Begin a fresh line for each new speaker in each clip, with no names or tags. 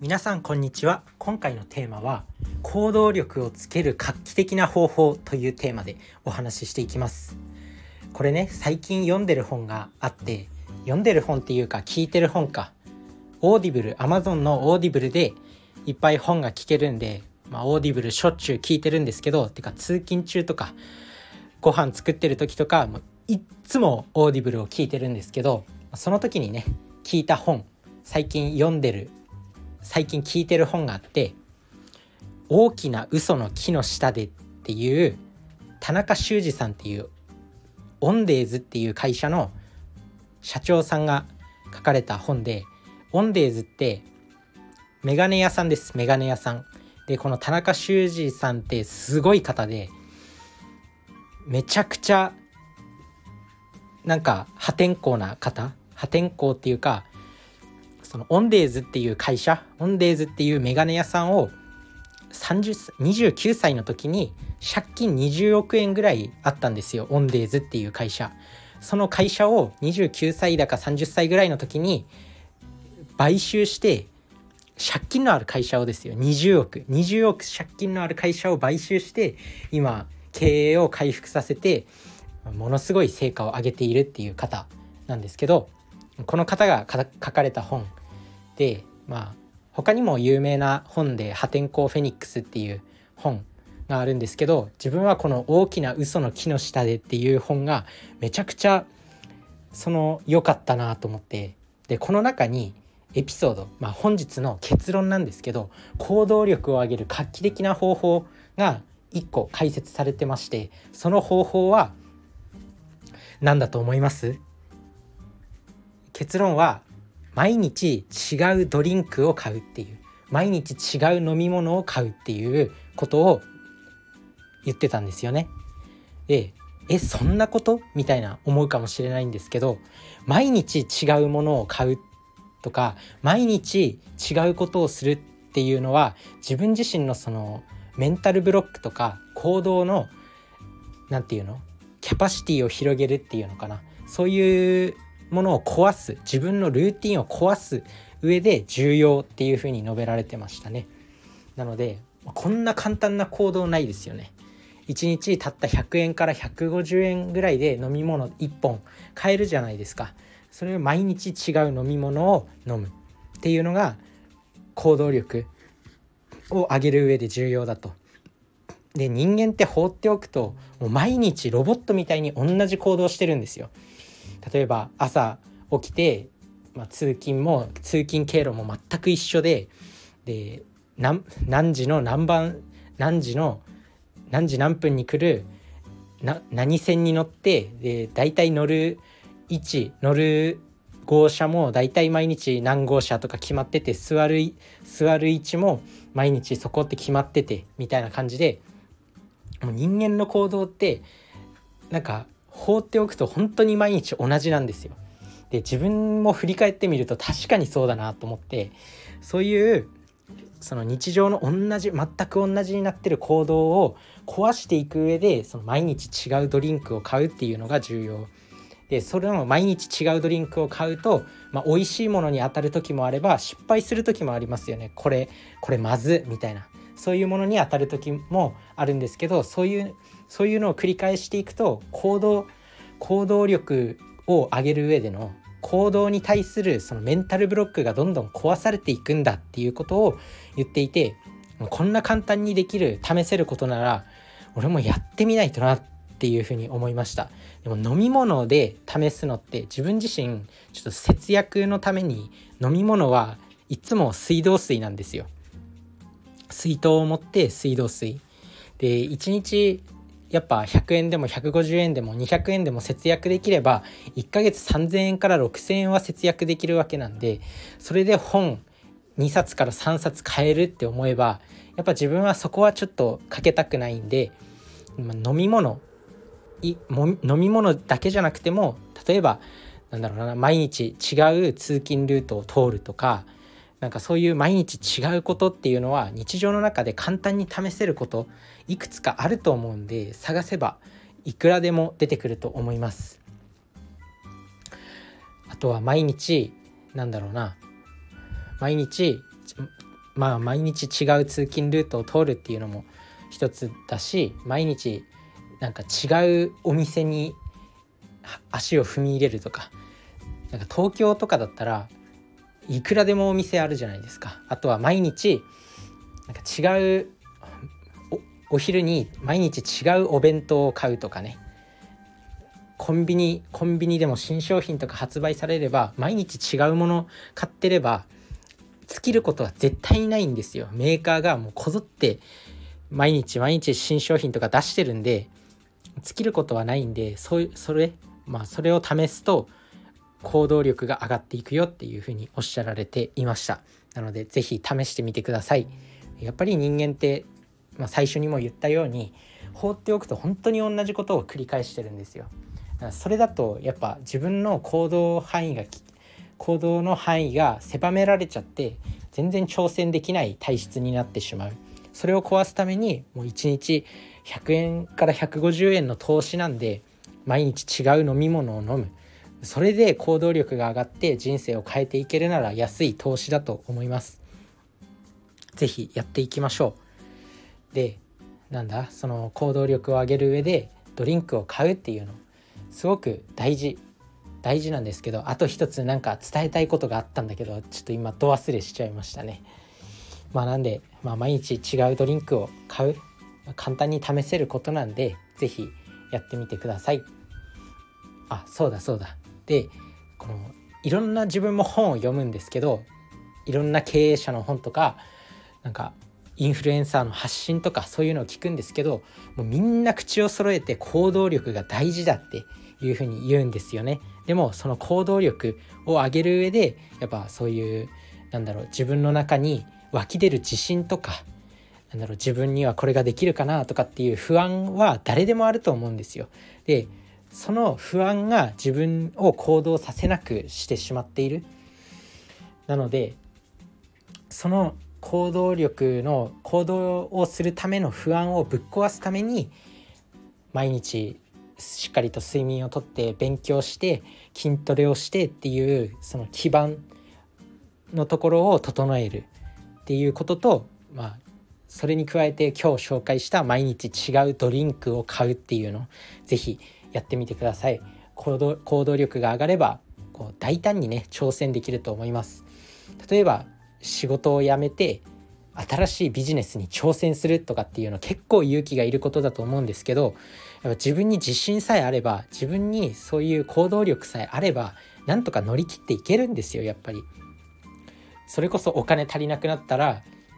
皆さんこんにちは。今回のテーマは行動力をつける画期的な方法というテーマでお話ししていきます。これね、最近読んでる本があって、読んでる本っていうか聞いてる本か、オーディブル、Amazon のオーディブルでいっぱい本が聞けるんで、オーディブルしょっちゅう聞いてるんですけど、てか通勤中とかご飯作ってる時とかいっつもオーディブルを聞いてるんですけど、その時にね聞いた本、最近聞いてる本があって、大きな嘘の木の下でっていう田中修二さんっていうオンデーズっていう会社の社長さんが書かれた本で、オンデーズってメガネ屋さんです。メガネ屋さんで、この田中修二さんってすごい方で、めちゃくちゃなんか破天荒な方、破天荒っていうか、そのオンデーズっていう会社、オンデーズっていうメガネ屋さんを29歳の時に借金20億円ぐらいあったんですよ。オンデーズっていう会社、その会社を29歳だか30歳ぐらいの時に買収して、借金のある会社をですよ、20億借金のある会社を買収して、今経営を回復させてものすごい成果を上げているっていう方なんですけど、この方が書かれた本で、他にも有名な本で破天荒フェニックスっていう本があるんですけど、自分はこの大きな嘘の木の下でっていう本がめちゃくちゃ良かったなと思って、でこの中にエピソード、本日の結論なんですけど、行動力を上げる画期的な方法が1個解説されてまして、その方法は何だと思います？結論は毎日違うドリンクを買うっていう、毎日違う飲み物を買うっていうことを言ってたんですよね。で、そんなことみたいな思うかもしれないんですけど、毎日違うものを買うとか、毎日違うことをするっていうのは、自分自身のそのメンタルブロックとか行動のキャパシティを広げるっていうのかな、そういうものを壊す、自分のルーティンを壊す上で重要っていうふうに述べられてましたね。なのでこんな簡単な行動ないですよね。1日たった100円から150円ぐらいで飲み物1本買えるじゃないですか。それを毎日違う飲み物を飲むっていうのが行動力を上げる上で重要だと。で、人間って放っておくともう毎日ロボットみたいに同じ行動してるんですよ。例えば朝起きて、通勤経路も全く一緒で、何時何分に来る何線に乗って、でだいたい乗る号車もだいたい毎日何号車とか決まってて、座る位置も毎日そこって決まっててみたいな感じで、もう人間の行動って放っておくと本当に毎日同じなんですよ。で、自分も振り返ってみると確かにそうだなと思って、そういうその日常の全く同じになってる行動を壊していく上で、その毎日違うドリンクを買うっていうのが重要で、それの毎日違うドリンクを買うと、美味しいものに当たる時もあれば失敗する時もありますよね。これまずみたいな、そういうものに当たる時もあるんですけど、そういうのを繰り返していくと、行動力を上げる上での行動に対するそのメンタルブロックがどんどん壊されていくんだっていうことを言っていて、こんな簡単にできる、試せることなら俺もやってみないとなっていうふうに思いました。でも飲み物で試すのって、自分自身ちょっと節約のために飲み物はいつも水道水なんですよ。水筒を持って水道水で、1日やっぱ100円でも150円でも200円でも節約できれば1ヶ月3000円から6000円は節約できるわけなんで、それで本2冊から3冊買えるって思えば、やっぱ自分はそこはちょっとかけたくないんで、飲み物だけじゃなくても、例えば毎日違う通勤ルートを通るとか、そういう毎日違うことっていうのは日常の中で簡単に試せることいくつかあると思うんで、探せばいくらでも出てくると思います。あとは毎日毎日違う通勤ルートを通るっていうのも一つだし、毎日なんか違うお店に足を踏み入れるとか、なんか東京とかだったらいくらでもお店あるじゃないですか。あとは毎日なんか違う お昼に毎日違うお弁当を買うとかね、コンビニでも新商品とか発売されれば毎日違うもの買ってれば尽きることは絶対にないんですよ。メーカーがもうこぞって毎日新商品とか出してるんで尽きることはないんで、それを試すと行動力が上がっていくよっていうふうにおっしゃられていました。なのでぜひ試してみてください。やっぱり人間って、最初にも言ったように放っておくと本当に同じことを繰り返してるんですよ。それだとやっぱ自分の行動の範囲が狭められちゃって全然挑戦できない体質になってしまう。それを壊すためにもう1日100円から150円の投資なんで、毎日違う飲み物を飲む。それで行動力が上がって人生を変えていけるなら安い投資だと思います。ぜひやっていきましょう。で、その行動力を上げる上でドリンクを買うっていうのすごく大事なんですけど、あと一つ伝えたいことがあったんだけど、ちょっと今ど忘れしちゃいましたね。なんで、毎日違うドリンクを買う、簡単に試せることなんでぜひやってみてください。そうだで、いろんな自分も本を読むんですけど、いろんな経営者の本とかインフルエンサーの発信とかそういうのを聞くんですけど、もうみんな口を揃えて行動力が大事だっていうふうに言うんですよね。でもその行動力を上げる上でやっぱそういう自分の中に湧き出る自信とか自分にはこれができるかなとかっていう不安は誰でもあると思うんですよ。で、その不安が自分を行動させなくしてしまっている。なのでその行動をするための不安をぶっ壊すために毎日しっかりと睡眠をとって勉強して筋トレをしてっていうその基盤のところを整えるっていうことと、それに加えて今日紹介した毎日違うドリンクを買うっていうのをぜひやってみてください。行動力が上がれば大胆にね挑戦できると思います。例えば仕事を辞めて新しいビジネスに挑戦するとかっていうの結構勇気がいることだと思うんですけど、やっぱ自分に自信さえあれば、自分にそういう行動力さえあればなんとか乗り切っていけるんですよ。やっぱりそれこそお金足りなくなったら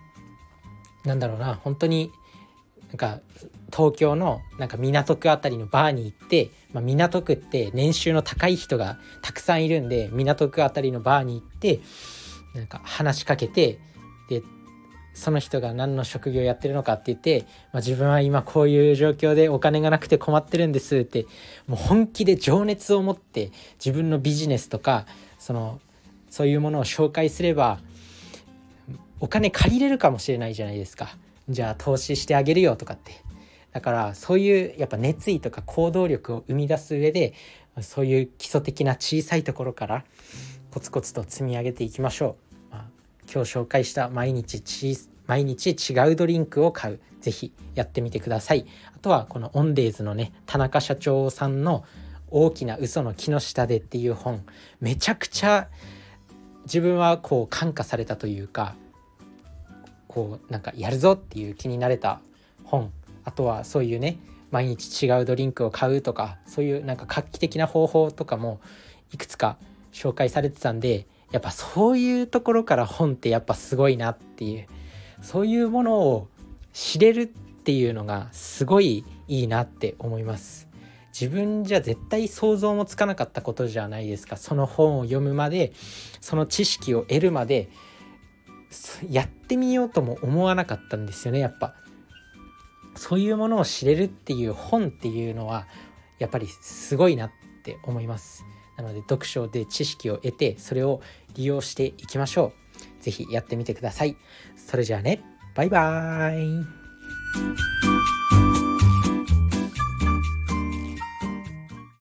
本当に東京の港区あたりのバーに行って、港区って年収の高い人がたくさんいるんで、港区あたりのバーに行って話しかけて、でその人が何の職業やってるのかって言って、自分は今こういう状況でお金がなくて困ってるんですってもう本気で情熱を持って自分のビジネスとかそういうものを紹介すればお金借りれるかもしれないじゃないですか。じゃあ投資してあげるよとかって。だからそういうやっぱ熱意とか行動力を生み出す上で、そういう基礎的な小さいところからコツコツと積み上げていきましょう。今日紹介した毎日違うドリンクを買う、ぜひやってみてください。あとはこのオンデーズのね田中社長さんの大きな嘘の木の下でっていう本、めちゃくちゃ自分は感化されたというか、やるぞっていう気になれた本。あとはそういうね毎日違うドリンクを買うとか、そういう画期的な方法とかもいくつか紹介されてたんで、やっぱそういうところから本ってやっぱすごいなっていう、そういうものを知れるっていうのがすごいいいなって思います。自分じゃ絶対想像もつかなかったことじゃないですか。その本を読むまで、その知識を得るまでやってみようとも思わなかったんですよね。やっぱそういうものを知れるっていう本っていうのはやっぱりすごいなって思います。なので読書で知識を得てそれを利用していきましょう。ぜひやってみてください。それじゃあね、バイバーイ。